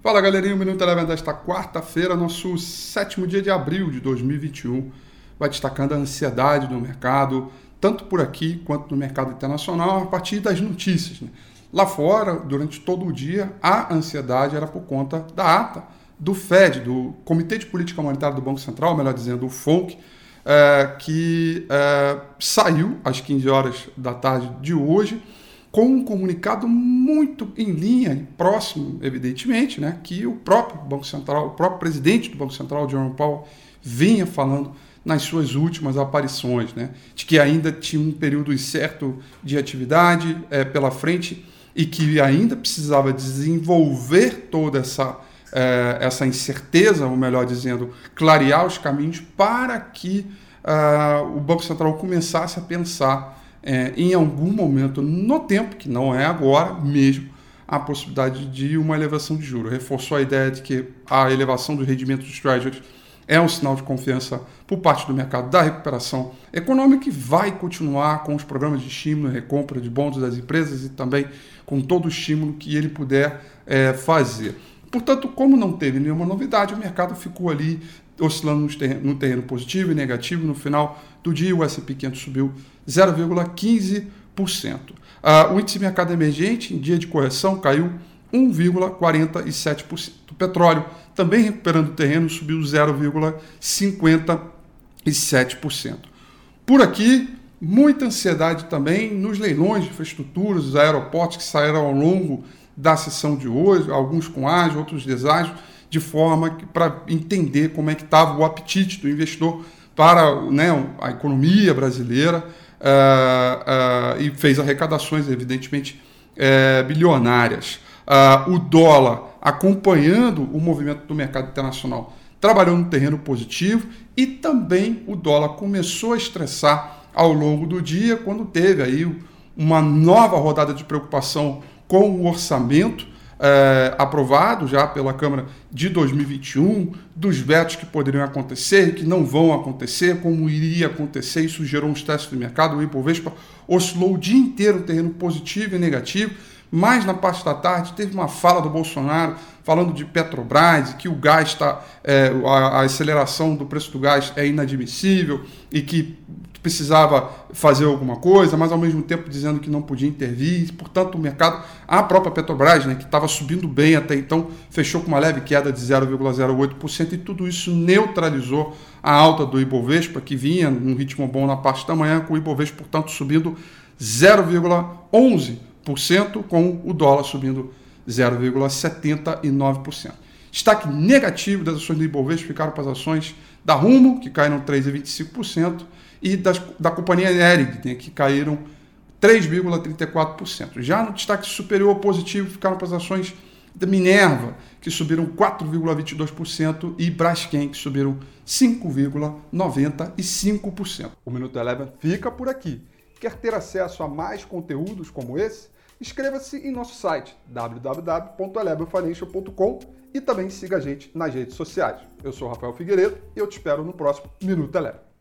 Fala galerinha, o Minuto Eleven desta quarta-feira, nosso 7º dia de abril de 2021, vai destacando a ansiedade do mercado, tanto por aqui quanto no mercado internacional, a partir das notícias. Lá fora, durante todo o dia, a ansiedade era por conta da ata do FED, do Comitê de Política Monetária do Banco Central, melhor dizendo, o FONC, que saiu às 15 horas da tarde de hoje, com um comunicado muito em linha, próximo, evidentemente, que o próprio Banco Central, o próprio presidente do Banco Central, Jerome Powell, vinha falando nas suas últimas aparições, de que ainda tinha um período incerto de atividade pela frente e que ainda precisava desenvolver toda essa incerteza, ou melhor dizendo, clarear os caminhos para que o Banco Central começasse a pensar em algum momento no tempo, que não é agora mesmo, a possibilidade de uma elevação de juros. Reforçou a ideia de que a elevação dos rendimentos dos Treasuries é um sinal de confiança por parte do mercado da recuperação econômica e vai continuar com os programas de estímulo e recompra de bons das empresas e também com todo o estímulo que ele puder fazer. Portanto, como não teve nenhuma novidade, o mercado ficou ali oscilando no terreno positivo e negativo. No final do dia, o S&P 500 subiu 0,15%. O índice de mercado emergente, em dia de correção, caiu 1,47%. O petróleo, também recuperando o terreno, subiu 0,57%. Por aqui, muita ansiedade também nos leilões de infraestruturas, os aeroportos que saíram ao longo da sessão de hoje, alguns com ágio, outros deságio, de forma que para entender como é que estava o apetite do investidor para a economia brasileira e fez arrecadações, evidentemente, bilionárias. O dólar, acompanhando o movimento do mercado internacional, trabalhou no terreno positivo e também o dólar começou a estressar ao longo do dia, quando teve aí uma nova rodada de preocupação com o orçamento aprovado já pela Câmara de 2021, dos vetos que poderiam acontecer, que não vão acontecer, como iria acontecer. Isso gerou um estresse do mercado. O Ibovespa oscilou o dia inteiro no terreno positivo e negativo, mas na parte da tarde teve uma fala do Bolsonaro falando de Petrobras, que o gás está, a aceleração do preço do gás é inadmissível e que precisava fazer alguma coisa, mas ao mesmo tempo dizendo que não podia intervir. Portanto, o mercado, a própria Petrobras, que estava subindo bem até então, fechou com uma leve queda de 0,08% e tudo isso neutralizou a alta do Ibovespa, que vinha num ritmo bom na parte da manhã, com o Ibovespa, portanto, subindo 0,11%, com o dólar subindo 0,79%. Destaque negativo das ações do Ibovespa ficaram para as ações da Rumo, que caíram 3,25%, e da companhia Ering, que caíram 3,34%. Já no destaque superior positivo ficaram para as ações da Minerva, que subiram 4,22%, e Braskem, que subiram 5,95%. O Minuto Eleven fica por aqui. Quer ter acesso a mais conteúdos como esse? Inscreva-se em nosso site www.elevenfinancial.com e também siga a gente nas redes sociais. Eu sou Rafael Figueiredo e eu te espero no próximo Minuto Eleven.